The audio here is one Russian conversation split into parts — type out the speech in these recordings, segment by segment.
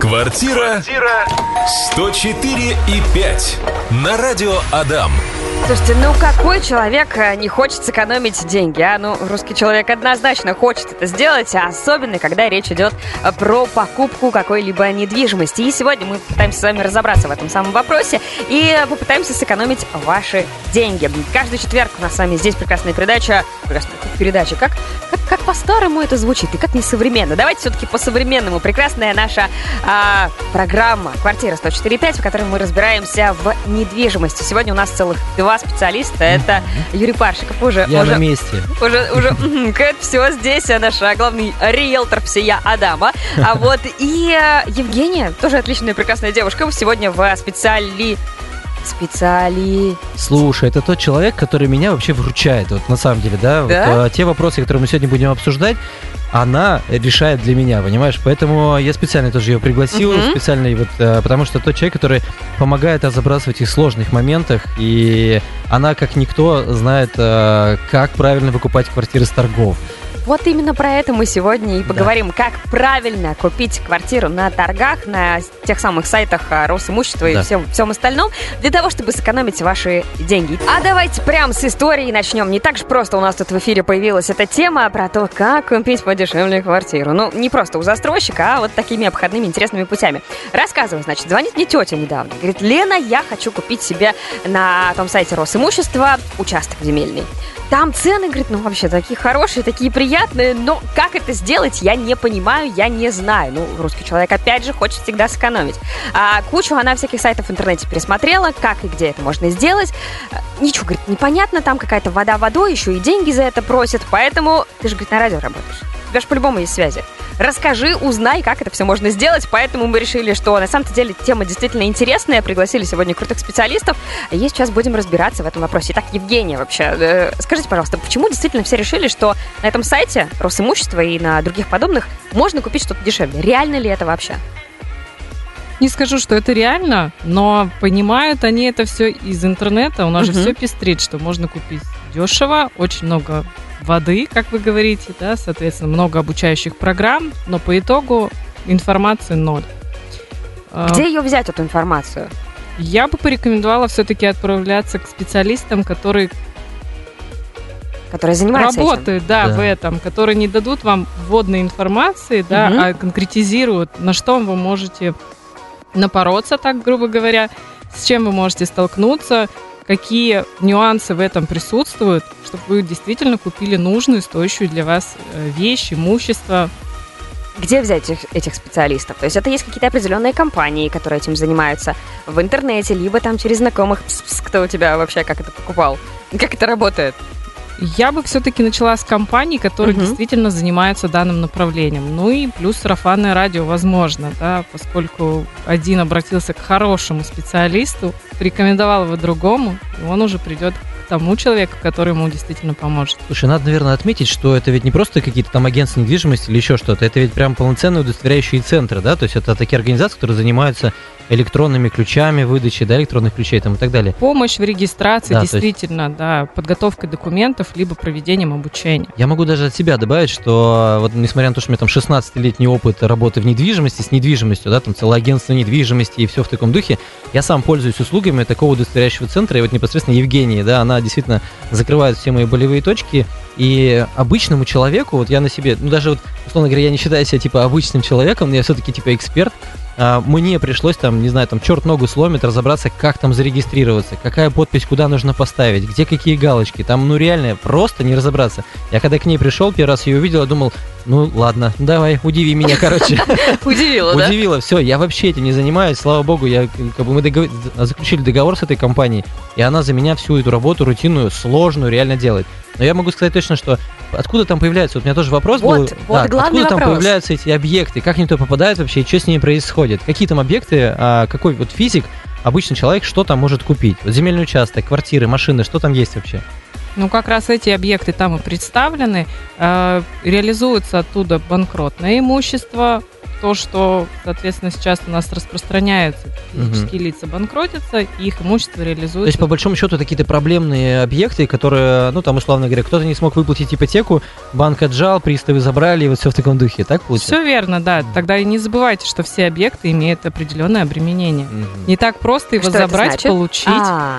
Квартира 104,5 на радио Адам. Слушайте, ну какой человек не хочет сэкономить деньги, а? Ну, русский человек однозначно хочет это сделать, особенно когда речь идет про покупку какой-либо недвижимости. И сегодня мы пытаемся с вами разобраться в этом самом вопросе и попытаемся сэкономить ваши деньги. Каждый четверг у нас с вами здесь прекрасная передача. Как по-старому это звучит и как несовременно. Давайте все-таки по-современному. Прекрасная наша программа «Квартира 104,5», в которой мы разбираемся в недвижимости. Сегодня у нас целых два специалиста. Это Юрий Паршиков. Я на месте. Уже все здесь. Наш главный риэлтор всея Адама. А вот и Евгения, тоже отличная прекрасная девушка. Сегодня в Слушай, это тот человек, который меня вообще вручает, вот на самом деле, да? Вот, те вопросы, которые мы сегодня будем обсуждать, она решает для меня, понимаешь? Поэтому я специально тоже ее пригласил, специально, вот, потому что тот человек, который помогает разобраться в этих сложных моментах, и она, как никто, знает, как правильно выкупать квартиры с торгов. Вот именно про это мы сегодня и поговорим. Как правильно купить квартиру на торгах, на тех самых сайтах Росимущества и всем остальном, для того, чтобы сэкономить ваши деньги. А давайте прям с истории начнем. Не так же просто у нас тут в эфире появилась эта тема про то, как купить подешевле квартиру. Ну, не просто у застройщика, а вот такими обходными интересными путями. Рассказываю, значит, звонит мне тетя недавно. Говорит: Лена, я хочу купить себе на том сайте Росимущества участок земельный. Там цены, говорит, ну вообще такие хорошие, такие приятные, но как это сделать, я не понимаю, я не знаю. Ну, русский человек, опять же, хочет всегда сэкономить. Кучу она всяких сайтов в интернете пересмотрела, как и где это можно сделать. Ничего, говорит, непонятно, там какая-то вода водой, еще и деньги за это просят, поэтому ты же, говорит, на радио работаешь. У тебя же по-любому есть связи. Расскажи, узнай, как это все можно сделать. Поэтому мы решили, что на самом-то деле тема действительно интересная. Пригласили сегодня крутых специалистов. И сейчас будем разбираться в этом вопросе. Итак, Евгения, вообще, скажите, пожалуйста, почему действительно все решили, что на этом сайте Росимущества и на других подобных можно купить что-то дешевле? Реально ли это вообще? Не скажу, что это реально, но понимают они это все из интернета. У нас же все пестрит, что можно купить дешево, очень много воды, как вы говорите, да, соответственно, много обучающих программ, но по итогу информации ноль. Где ее взять, эту информацию? Я бы порекомендовала все-таки отправляться к специалистам, которые занимаются работают, этим. в этом, которые не дадут вам вводной информации, а конкретизируют, на что вы можете напороться, так грубо говоря, с чем вы можете столкнуться, какие нюансы в этом присутствуют, чтобы вы действительно купили нужную, стоящую для вас вещь, имущество. Где взять этих специалистов? То есть это есть какие-то определенные компании, которые этим занимаются в интернете, либо там через знакомых, кто у тебя вообще, как это покупал? Как это работает? Я бы все-таки начала с компаний, которые действительно занимаются данным направлением. Ну и плюс сарафанное радио, возможно, да, поскольку один обратился к хорошему специалисту, порекомендовал его другому, и он уже придет к тому человеку, который ему действительно поможет. Слушай, надо, наверное, отметить, что это ведь не просто какие-то там агентства недвижимости или еще что-то, это ведь прям полноценные удостоверяющие центры, да, то есть это такие организации, которые занимаются электронными ключами, выдачей, да, электронных ключей там, и так далее. Помощь в регистрации, да, действительно, подготовкой документов, либо проведением обучения. Я могу даже от себя добавить, что вот несмотря на то, что у меня там 16-летний опыт работы в недвижимости, с недвижимостью, да, там целое агентство недвижимости и все в таком духе, я сам пользуюсь услугами такого удостоверяющего центра, и вот непосредственно Евгения, да, она действительно закрывает все мои болевые точки, и обычному человеку, вот я на себе, ну даже вот, условно говоря, я не считаю себя типа обычным человеком, я все-таки типа эксперт, мне пришлось там, не знаю, там черт ногу сломит, разобраться, как там зарегистрироваться, какая подпись куда нужно поставить, где какие галочки, там, ну реально просто не разобраться. Я когда к ней пришел, первый раз ее увидел, я думал, ну ладно, давай, удиви меня, короче. Удивила, да? Удивила, все, я вообще этим не занимаюсь, слава богу, мы заключили договор с этой компанией, и она за меня всю эту работу рутинную, сложную реально делает. Но я могу сказать точно, что откуда там появляются, вот у меня тоже вопрос был, откуда там появляются эти объекты, как они туда попадают вообще, и что с ними происходит, какие там объекты, какой вот физик, обычный человек, что там может купить, вот земельный участок, квартиры, машины, что там есть вообще? Ну, как раз эти объекты там и представлены, реализуется оттуда банкротное имущество, то, что, соответственно, сейчас у нас распространяется. Физические лица банкротятся, и их имущество реализуется. То есть, по большому счету, это какие-то проблемные объекты, которые, ну, там, условно говоря, кто-то не смог выплатить ипотеку, банк отжал, приставы забрали, и вот все в таком духе, так получается? Все верно, да. Тогда и не забывайте, что все объекты имеют определенное обременение. Не так просто его забрать, получить.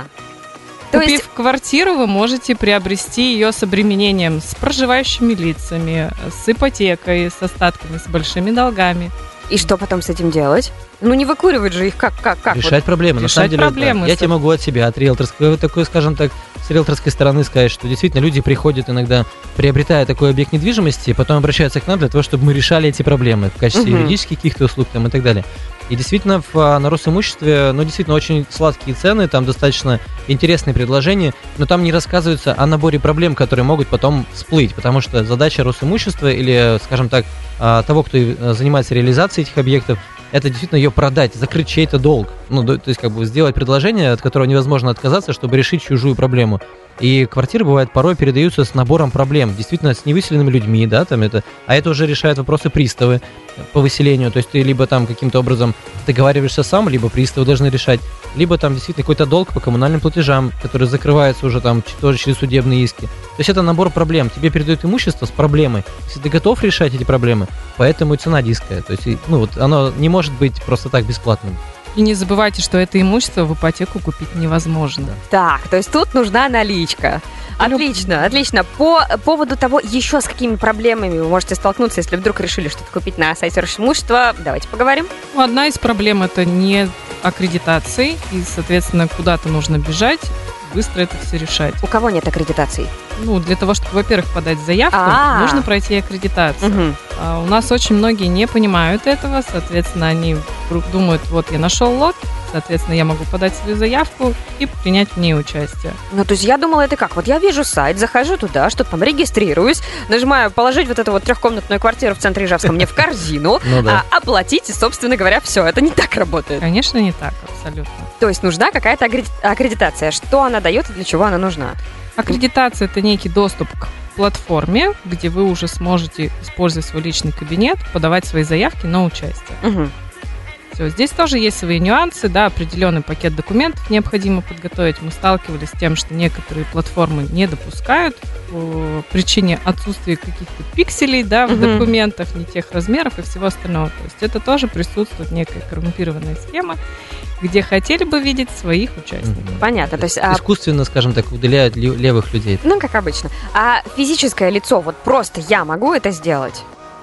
То Купив есть квартиру, вы можете приобрести ее с обременением, с проживающими лицами, с ипотекой, с остатками, с большими долгами. и что потом с этим делать? Ну, не выкуривать же их, как? Решать проблемы. На самом деле, проблемы. Да. Я тебе могу от себя, от риэлторской, такой, скажем так, с риэлторской стороны сказать, что действительно люди приходят иногда, приобретая такой объект недвижимости, потом обращаются к нам для того, чтобы мы решали эти проблемы в качестве юридических каких-то услуг там, и так далее. И действительно, на Росимуществе, ну, действительно, очень сладкие цены, там достаточно интересные предложения, но там не рассказывается о наборе проблем, которые могут потом всплыть, потому что задача Росимущества или, скажем так, того, кто занимается реализацией этих объектов, это действительно ее продать, закрыть чей-то долг. Ну, то есть, как бы сделать предложение, от которого невозможно отказаться, чтобы решить чужую проблему. И квартиры, бывает, порой передаются с набором проблем, действительно, с невыселенными людьми, да, там это, а это уже решают вопросы приставы по выселению, то есть ты либо там каким-то образом договариваешься сам, либо приставы должны решать, либо там действительно какой-то долг по коммунальным платежам, который закрывается уже там тоже через судебные иски. То есть это набор проблем, тебе передают имущество с проблемой, если ты готов решать эти проблемы, поэтому и цена низкая, то есть, ну вот, оно не может быть просто так бесплатным. И не забывайте, что это имущество в ипотеку купить невозможно. Так, то есть тут нужна наличка. Отлично, отлично. По поводу того, еще с какими проблемами вы можете столкнуться, если вдруг решили что-то купить на сайте Росимущества, давайте поговорим. Ну, одна из проблем – это не аккредитации, и, соответственно, куда-то нужно бежать, быстро это все решать. У кого нет аккредитации? Ну, для того, чтобы, во-первых, подать заявку, нужно пройти аккредитацию. У нас очень многие не понимают этого, соответственно, они думают, вот я нашел лот, соответственно, я могу подать свою заявку и принять в ней участие. Ну, то есть я думала, это как? Вот я вижу сайт, захожу туда, что-то там регистрируюсь, нажимаю положить вот эту вот трехкомнатную квартиру в центре Ижевска мне в корзину, оплатить, и, собственно говоря, все. Это не так работает. Конечно, не так, абсолютно. То есть нужна какая-то аккредитация. Что она дает и для чего она нужна? Аккредитация – это некий доступ к платформе, где вы уже сможете, используя свой личный кабинет, подавать свои заявки на участие. Все, здесь тоже есть свои нюансы, да, определенный пакет документов необходимо подготовить. Мы сталкивались с тем, что некоторые платформы не допускают по причине отсутствия каких-то пикселей, да, в документах, не тех размеров и всего остального. То есть это тоже присутствует некая коррумпированная схема, где хотели бы видеть своих участников. Понятно. То есть, искусственно, скажем так, удаляют левых людей. Ну, как обычно. А физическое лицо, вот просто я могу это сделать?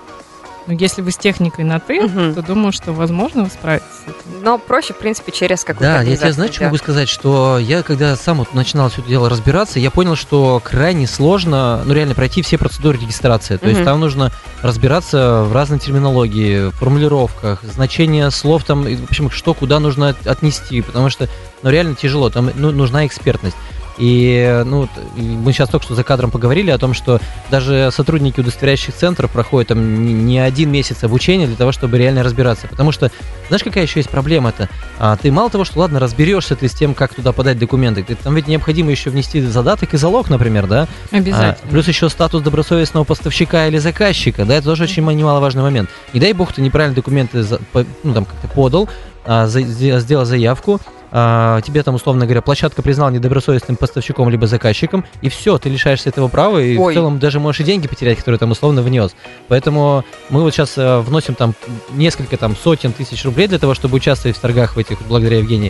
Ну, если вы с техникой на «ты», то думаю, что, возможно, вы справитесь с этим. Но проще, в принципе, через какую-то Да, организацию. я тебе, знаешь, что могу сказать, что я, когда сам вот начинал все это дело разбираться, я понял, что крайне сложно, ну, реально пройти все процедуры регистрации. То есть там нужно разбираться в разной терминологии, формулировках, значения слов, там, в общем, что куда нужно отнести, потому что, ну, реально тяжело, там нужна экспертность. И, ну, мы сейчас только что за кадром поговорили о том, что даже сотрудники удостоверяющих центров проходят там не один месяц обучения для того, чтобы реально разбираться. Потому что, знаешь, какая еще есть проблема-то? Ты мало того, что, ладно, разберешься ты с тем, как туда подать документы, там ведь необходимо еще внести задаток и залог, например, да? Обязательно. Плюс еще статус добросовестного поставщика или заказчика, да, это тоже очень немаловажный момент. Не дай бог ты неправильно документы, ну, там, как-то подал, сделал заявку, тебе там, условно говоря, площадка признала недобросовестным поставщиком либо заказчиком, и все, ты лишаешься этого права, и в целом даже можешь и деньги потерять, которые там условно внес. Поэтому мы вот сейчас вносим там несколько там сотен тысяч рублей для того, чтобы участвовать в торгах в этих, благодаря Евгении.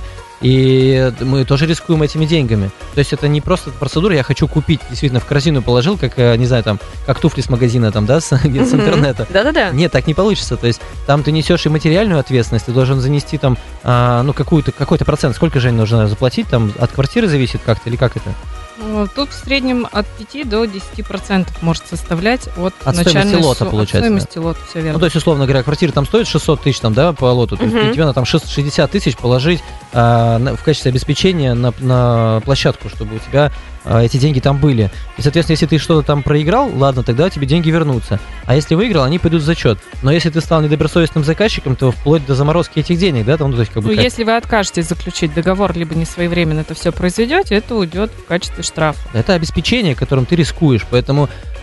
И мы тоже рискуем этими деньгами. То есть это не просто процедура, я хочу купить, действительно, в корзину положил, как, не знаю, там, как туфли с магазина, там, да, с интернета. Да-да-да. Нет, так не получится. То есть там ты несешь и материальную ответственность, ты должен занести там, ну, какой-то процент. Сколько же нужно заплатить, там, от квартиры зависит как-то, или как это? Тут в среднем от 5 до 10% может составлять от стоимости лота, получается. От стоимости лота, все верно. Ну, то есть, условно говоря, квартира там стоит 600 тысяч, там, да, по лоту, то есть тебе надо там 60 тысяч положить в качестве обеспечения на площадку, чтобы у тебя эти деньги там были. И, соответственно, если ты что-то там проиграл, ладно, тогда тебе деньги вернутся. А если выиграл, они пойдут в зачет. Но если ты стал недобросовестным заказчиком, то вплоть до заморозки этих денег, да, там, то есть, как бы. Ну, если вы откажетесь заключить договор, либо не своевременно это все произведете, это уйдет в качестве штрафа. Это обеспечение, которым ты рискуешь, поэтому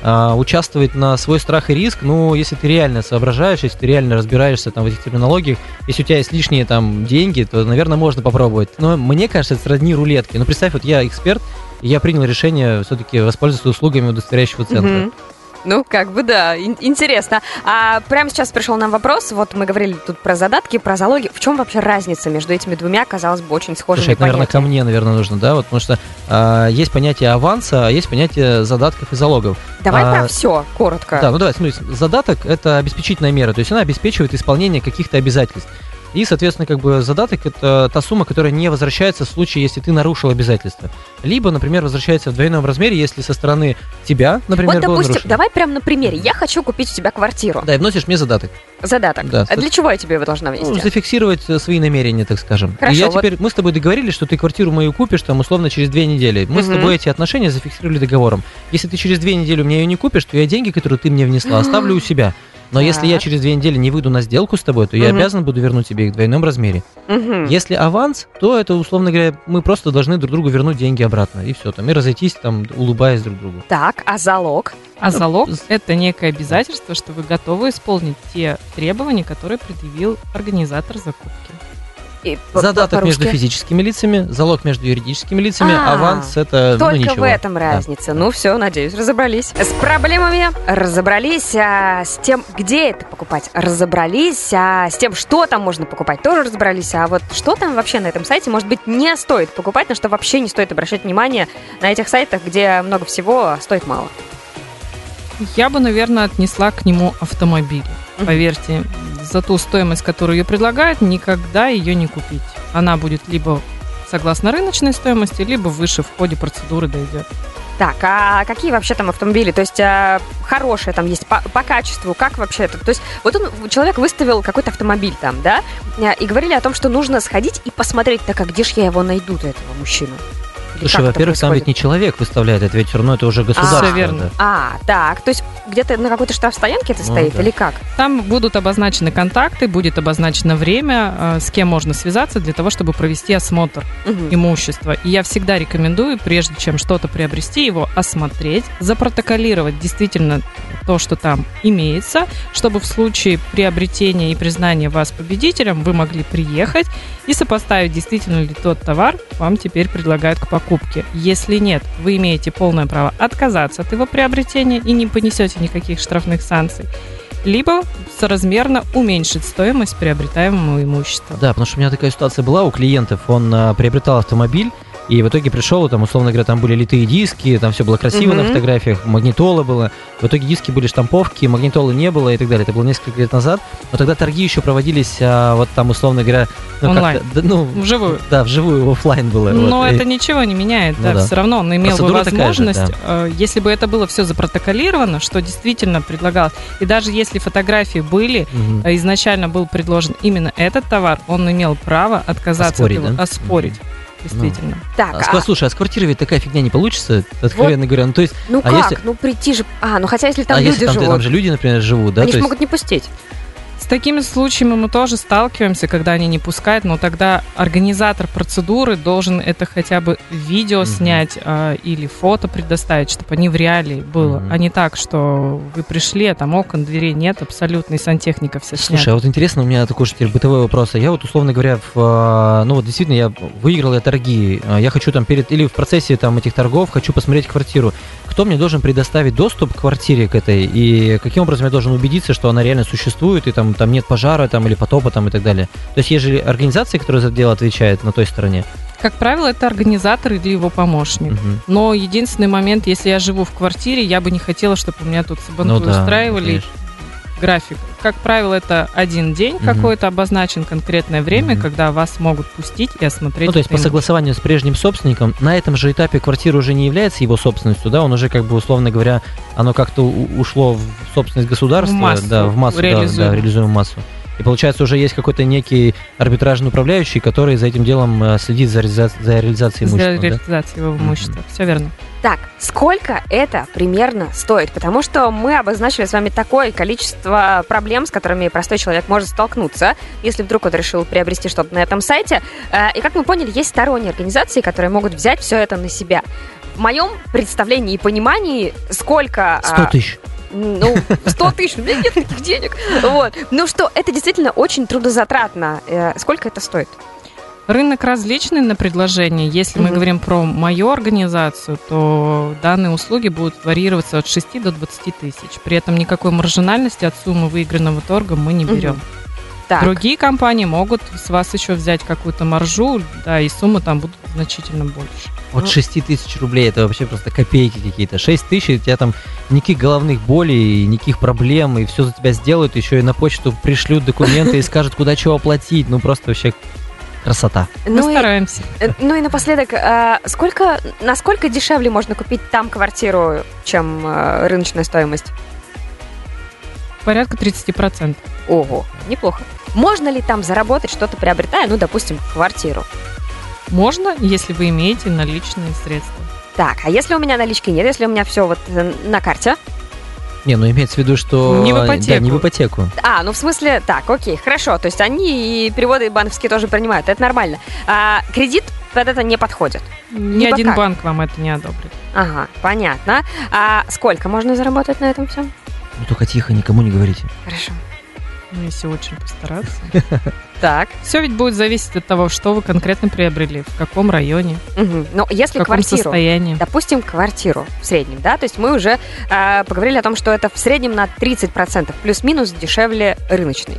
участвовать на свой страх и риск, ну, если ты реально соображаешь, если ты реально разбираешься там в этих терминологиях, если у тебя есть лишние там деньги, то, наверное, можно попробовать. Но мне кажется, это сродни рулетки. Ну, представь, вот я эксперт, и я принял решение все-таки воспользоваться услугами удостоверяющего центра. Ну, как бы, да, интересно. А прямо сейчас пришел нам вопрос, вот мы говорили тут про задатки, про залоги. В чем вообще разница между этими двумя, казалось бы, очень схожими Слушай, это, наверное, понятиями? ко мне, наверное, нужно, да, вот, потому что есть понятие аванса, а есть понятие задатков и залогов. Давай про все, коротко. Да, ну давай, смотри, задаток – это обеспечительная мера, то есть она обеспечивает исполнение каких-то обязательств. И, соответственно, как бы задаток – это та сумма, которая не возвращается в случае, если ты нарушил обязательства. Либо, например, возвращается в двойном размере, если со стороны тебя, например, вот, было допустим, нарушено. давай прямо на примере. Я хочу купить у тебя квартиру. Да, и вносишь мне задаток. Задаток. Да, А для чего я тебе его должна внести? Ну, зафиксировать свои намерения, так скажем. Хорошо, И я вот- теперь, мы с тобой договорились, что ты квартиру мою купишь, там, условно, через 2 недели. Мы с тобой эти отношения зафиксировали договором. Если ты через 2 недели у меня ее не купишь, то я деньги, которые ты мне внесла, оставлю у себя. Но если я Так. через 2 недели не выйду на сделку с тобой, то я обязан буду вернуть тебе их в двойном размере. Мгм. Если аванс, то это, условно говоря, мы просто должны друг другу вернуть деньги обратно. И все, там, и разойтись, там, улыбаясь друг другу. Так, а залог? А залог – это некое обязательство, что вы готовы исполнить те требования, которые предъявил организатор закупки. И Задаток между по-русски? физическими лицами, залог между юридическими лицами, А, аванс это Только ничего. в этом Да. разница. Ну все, надеюсь, разобрались. С проблемами разобрались, а с тем, где это покупать, разобрались, а с тем, что там можно покупать, тоже разобрались. А вот что там вообще на этом сайте, может быть, не стоит покупать, на что вообще не стоит обращать внимание на этих сайтах, где много всего, а стоит мало. Я бы, наверное, отнесла к нему автомобиль. Мгм. Поверьте, за ту стоимость, которую ее предлагают, никогда ее не купить. Она будет либо согласно рыночной стоимости, либо выше в ходе процедуры дойдет. Так, а какие вообще там автомобили? То есть хорошие там есть по качеству, как вообще это? То есть вот человек выставил какой-то автомобиль там, да, и говорили о том, что нужно сходить и посмотреть, так а где ж я его найду, этого мужчину? Или Слушай, как это во-первых, там ведь происходит? не человек выставляет, это ведь все равно это уже государство. Всё верно. да. Так, то есть где-то на какой-то штрафстоянке это Ну, стоит, да. или как? Там будут обозначены контакты, будет обозначено время, с кем можно связаться для того, чтобы провести осмотр Мгм. имущества. И я всегда рекомендую, прежде чем что-то приобрести, его осмотреть, запротоколировать действительно то, что там имеется, чтобы в случае приобретения и признания вас победителем вы могли приехать и сопоставить, действительно ли тот товар вам теперь предлагают к покупке. Если нет, вы имеете полное право отказаться от его приобретения и не понесете никаких штрафных санкций, либо соразмерно уменьшить стоимость приобретаемого имущества. Да, потому что у меня такая ситуация была у клиентов, он приобретал автомобиль, и в итоге пришел, там, условно говоря, там были литые диски, там все было красиво на фотографиях, магнитола было. В итоге диски были штамповки, магнитолы не было и так далее. Это было несколько лет назад. Но тогда торги еще проводились, вот там, условно говоря... Онлайн. как-то, да, ну, Вживую. Да, вживую, оффлайн было. Но вот. это И- ничего не меняет, Ну да, да. все равно он имел бы Процедура такая же, возможность, если бы это было все запротоколировано, что действительно предлагалось, и даже если фотографии были, Мгм. изначально был предложен именно этот товар, он имел право отказаться Оспорить, от его, да? оспорить, действительно. Так, Слушай, а с квартирой ведь такая фигня не получится, откровенно говоря. Ну, то есть, ну а как? если- Ну прийти же... ну хотя если там а люди если там, живут, там же люди, например, живут, да? они то же есть- могут не пустить. С такими случаями мы тоже сталкиваемся, когда они не пускают, но тогда организатор процедуры должен это хотя бы видео снять или фото предоставить, чтобы они в реалии было, а не так, что вы пришли, а там окон, дверей нет, абсолютно, и сантехника все снята. Слушай, а вот интересно, у меня такой же теперь бытовой вопрос. Я вот, условно говоря, ну вот действительно, я выиграл торги, я хочу там или в процессе там этих торгов хочу посмотреть квартиру. Кто мне должен предоставить доступ к квартире к этой, и каким образом я должен убедиться, что она реально существует, и там нет пожара там, или потопа там, и так далее. То есть есть же организации, которые за это дело отвечают на той стороне. Как правило, это организатор или его помощник. Мгм. Но единственный момент, если я живу в квартире, я бы не хотела, чтобы у меня тут сабантуй Ну да, устраивали конечно. график. Как правило, это один день какой-то обозначен, конкретное время, когда вас могут пустить и осмотреть. Ну, то есть это по согласованию с прежним собственником, на этом же этапе квартира уже не является его собственностью, да, он уже как бы, условно говоря, оно как-то ушло в собственность государства, В массу, да, в массу, реализуемую. реализуемую массу. И получается, уже есть какой-то некий арбитражный управляющий, который за этим делом следит за реализацией для имущества. Да? реализации его имущества. Все верно. Так, сколько это примерно стоит? Потому что мы обозначили с вами такое количество проблем, с которыми простой человек может столкнуться, если вдруг он решил приобрести что-то на этом сайте. И как мы поняли, есть сторонние организации, которые могут взять все это на себя. в моем представлении и понимании, сколько... 100 тысяч. 100 тысяч, у меня нет таких денег. Вот. Ну что, это действительно очень трудозатратно. Сколько это стоит? Рынок различный на предложение. Если мы говорим про мою организацию, то данные услуги будут варьироваться от 6 до 20 тысяч. При этом никакой маржинальности от суммы выигранного торга мы не берем. Так. Другие компании могут с вас еще взять какую-то маржу, да, и суммы там будут значительно больше. Вот 6 тысяч рублей, это вообще просто копейки какие-то. 6 тысяч, у тебя там никаких головных болей, никаких проблем, и все за тебя сделают, еще и на почту пришлют документы и скажут, куда чего оплатить. Ну, просто вообще красота. Мы стараемся. Ну и напоследок, насколько дешевле можно купить там квартиру, чем рыночная стоимость? Порядка 30%. Ого, неплохо. Можно ли там заработать что-то, приобретая, допустим, квартиру? Можно, если вы имеете наличные средства. Так, а если у меня налички нет, если у меня все вот на карте? Не, имеется в виду, что... Не в ипотеку. Да, не в ипотеку. В смысле, так, окей, хорошо. То есть они и переводы банковские тоже принимают, это нормально. А кредит под это не подходит? Ни один банк вам это не одобрит. Ага, понятно. А сколько можно заработать на этом всем? Только тихо, никому не говорите. Хорошо. Если очень постараться. Так. Все ведь будет зависеть от того, что вы конкретно приобрели, в каком районе, Но если в каком квартиру, состоянии. допустим, квартиру в среднем, да, то есть мы уже поговорили о том, что это в среднем на 30% плюс-минус дешевле рыночной.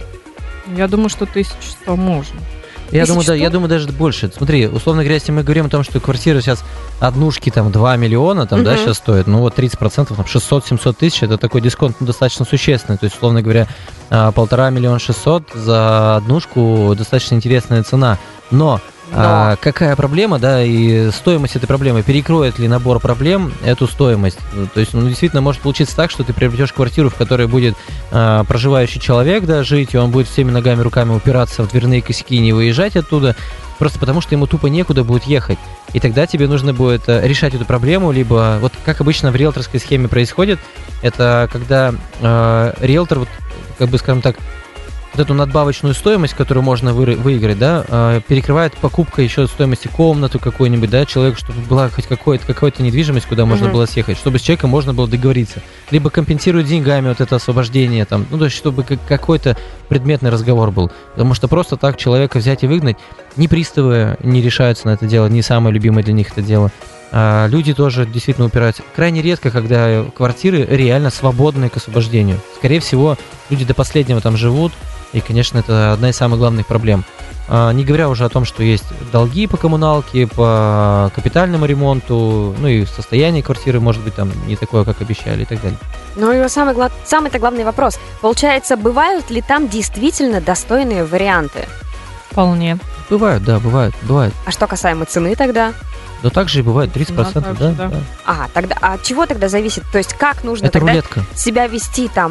Я думаю, что 1100 можно. Я думаю, даже больше. Смотри, условно говоря, если мы говорим о том, что квартира сейчас однушки там 2 миллиона, там, да, сейчас стоит, 30%, там 600-700 тысяч, это такой дисконт достаточно существенный. То есть, условно говоря, 1,5 миллиона 600 за однушку достаточно интересная цена. Но какая проблема, да, и стоимость этой проблемы, перекроет ли набор проблем эту стоимость? То есть, действительно может получиться так, что ты приобретешь квартиру, в которой будет проживающий человек, да, жить, и он будет всеми ногами, руками упираться в дверные косяки и не выезжать оттуда, просто потому что ему тупо некуда будет ехать. И тогда тебе нужно будет решать эту проблему, либо, вот как обычно в риэлторской схеме происходит, это когда риэлтор, скажем так, вот эту надбавочную стоимость, которую можно выиграть, да, перекрывает покупка еще стоимости комнаты какой-нибудь, да, человеку, чтобы была хоть какая-то недвижимость, куда можно было съехать, чтобы с человеком можно было договориться. Либо компенсирует деньгами вот это освобождение, там, то есть чтобы какой-то предметный разговор был. Потому что просто так человека взять и выгнать, ни приставы не решаются на это дело, не самое любимое для них это дело. А люди тоже действительно упираются. Крайне редко, когда квартиры реально свободны к освобождению. Скорее всего, люди до последнего там живут, и, конечно, это одна из самых главных проблем. Не говоря уже о том, что есть долги по коммуналке, по капитальному ремонту, и состояние квартиры может быть там не такое, как обещали, и так далее. И самый-то главный вопрос. Получается, бывают ли там действительно достойные варианты? Вполне. Бывают, да, бывают. А что касаемо цены тогда? Да так же и бывает, 30%, да. Тогда от чего тогда зависит? То есть как нужно это тогда рулетка. Себя вести там,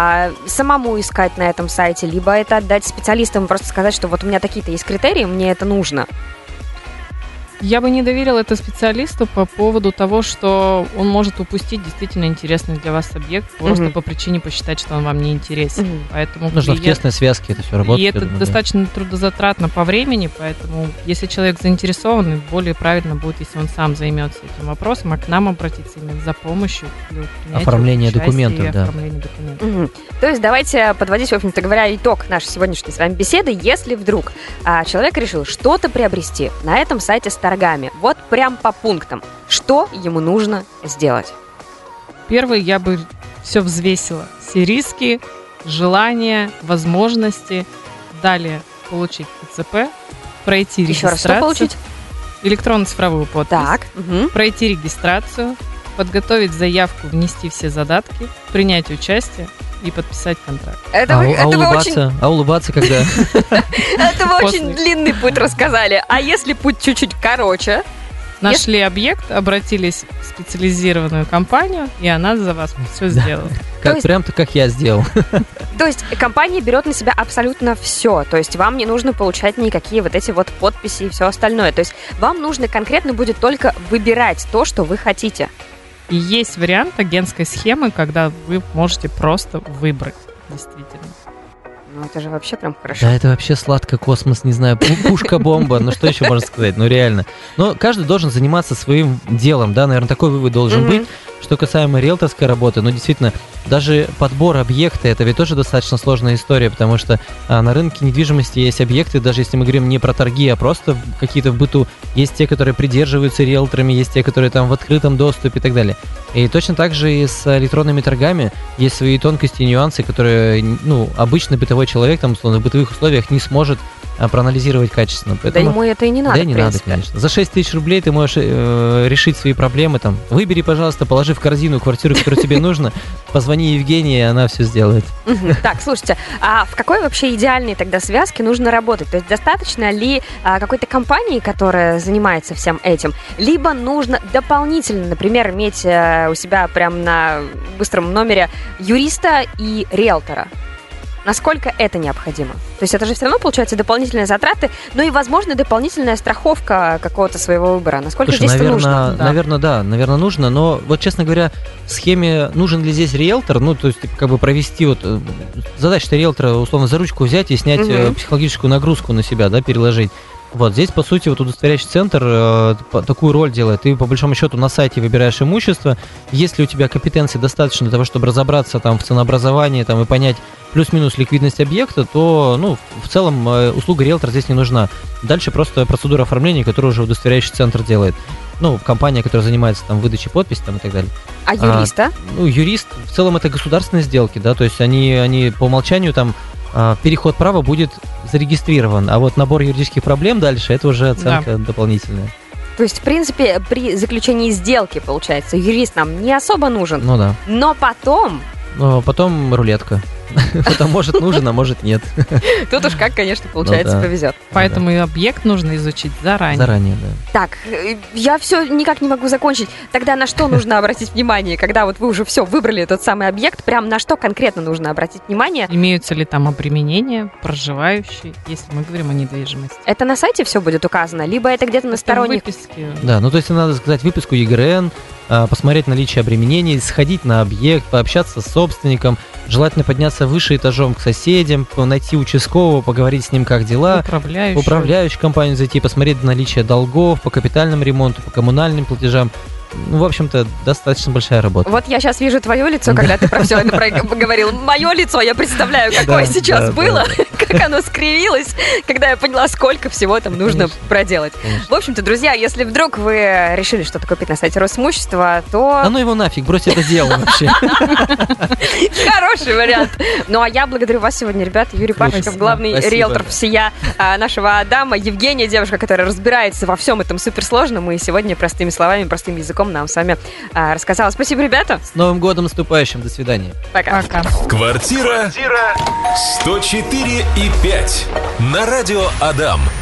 самому искать на этом сайте, либо это отдать специалистам, просто сказать, что вот у меня такие-то есть критерии, мне это нужно? Я бы не доверила это специалисту по поводу того, что он может упустить действительно интересный для вас объект, просто по причине посчитать, что он вам не интересен. Поэтому нужно в тесной связке это все работать. И это достаточно трудозатратно по времени, поэтому если человек заинтересован, более правильно будет, если он сам займется этим вопросом, а к нам обратиться именно за помощью оформления документов. То есть давайте подводить, в общем-то говоря, итог нашей сегодняшней с вами беседы. Если вдруг человек решил что-то приобрести на этом сайте с торгами, вот прям по пунктам, что ему нужно сделать? Первое, я бы все взвесила. Все риски, желания, возможности. Далее получить ТЦП, пройти регистрацию. Еще раз, что получить? Электронно-цифровую подпись. Так. Пройти регистрацию, подготовить заявку, внести все задатки, принять участие и подписать контракт. Улыбаться когда? Это вы очень длинный путь рассказали. А если путь чуть-чуть короче? Нашли объект, обратились в специализированную компанию, и она за вас все сделала. Прям-то как я сделал. То есть компания берет на себя абсолютно все. То есть вам не нужно получать никакие вот эти вот подписи и все остальное. То есть вам нужно конкретно будет только выбирать то, что вы хотите. И есть вариант агентской схемы, когда вы можете просто выбрать, действительно. Ну, это же вообще прям хорошо. Да, это вообще сладко, космос, не знаю, пушка-бомба, ну что еще можно сказать, ну реально. Но каждый должен заниматься своим делом, да, наверное, такой вывод должен быть. Что касаемо риэлторской работы, ну действительно, даже подбор объекта, это ведь тоже достаточно сложная история, потому что на рынке недвижимости есть объекты, даже если мы говорим не про торги, а просто какие-то в быту, есть те, которые придерживаются риэлторами, есть те, которые там в открытом доступе и так далее. И точно так же и с электронными торгами есть свои тонкости и нюансы, которые, ну, обычный бытовой человек, там, условно, в бытовых условиях не сможет проанализировать качественно. Поэтому, да ему это и не надо, да, не надо, конечно. За 6 тысяч рублей ты можешь решить свои проблемы. Там, выбери, пожалуйста, положи в корзину квартиру, которую тебе нужно, позвони Евгении, и она все сделает. Так, слушайте, а в какой вообще идеальной тогда связке нужно работать? То есть достаточно ли какой-то компании, которая занимается всем этим, либо нужно дополнительно, например, иметь у себя прям на быстром номере юриста и риэлтора? Насколько это необходимо? То есть это же все равно получается дополнительные затраты, но и, возможно, дополнительная страховка какого-то своего выбора. Насколько здесь это нужно? Наверное, нужно, но вот, честно говоря, в схеме нужен ли здесь риэлтор, ну, то есть как бы провести вот задача-то риэлтора, условно, за ручку взять и снять психологическую нагрузку на себя, да, переложить. Вот здесь, по сути, вот удостоверяющий центр такую роль делает. Ты, по большому счету, на сайте выбираешь имущество. Если у тебя компетенции достаточно для того, чтобы разобраться там в ценообразовании там, и понять плюс-минус ликвидность объекта, то, ну, в целом услуга риэлтора здесь не нужна. Дальше просто процедура оформления, которую уже удостоверяющий центр делает. Ну, компания, которая занимается там выдачей подписи там, и так далее. А юриста? Ну, юрист, в целом, это государственные сделки, да, то есть они по умолчанию там переход права будет зарегистрирован, а вот набор юридических проблем дальше, это уже оценка дополнительная. То есть, в принципе, при заключении сделки, получается, юрист нам не особо нужен. Ну да. Но потом рулетка. Это может нужен, а может нет. Тут уж как, конечно, получается, повезет. Поэтому и объект нужно изучить заранее. Заранее, да. Так, я все никак не могу закончить. Тогда на что нужно обратить внимание, когда вот вы уже все выбрали тот самый объект, прям на что конкретно нужно обратить внимание? Имеются ли там обременения, проживающие, если мы говорим о недвижимости? Это на сайте все будет указано, либо это где-то на сторонних... выписке. Да, ну то есть надо сказать выписку ЕГРН, посмотреть наличие обременений, сходить на объект, пообщаться с собственником, желательно подняться выше этажом к соседям, найти участкового, поговорить с ним, как дела, управляющую компанию зайти, посмотреть наличие долгов по капитальному ремонту, по коммунальным платежам. Ну, в общем-то, достаточно большая работа. Вот я сейчас вижу твое лицо, когда ты про все это говорил. Мое лицо, я представляю, какое сейчас было, как оно скривилось, когда я поняла, сколько всего там нужно проделать. В общем-то, друзья, если вдруг вы решили что-то купить на сайте Росимущества, то... А ну его нафиг, брось это дело вообще. Хороший вариант. Ну, а я благодарю вас сегодня, ребята. Юрий Паршиков, главный риэлтор всея нашего Адама. Евгения, девушка, которая разбирается во всем этом суперсложном. И сегодня простыми словами, простым языком нам с вами рассказала. Спасибо, ребята. С Новым годом наступающим. До свидания. Пока. Квартира 104,5 на радио Адам.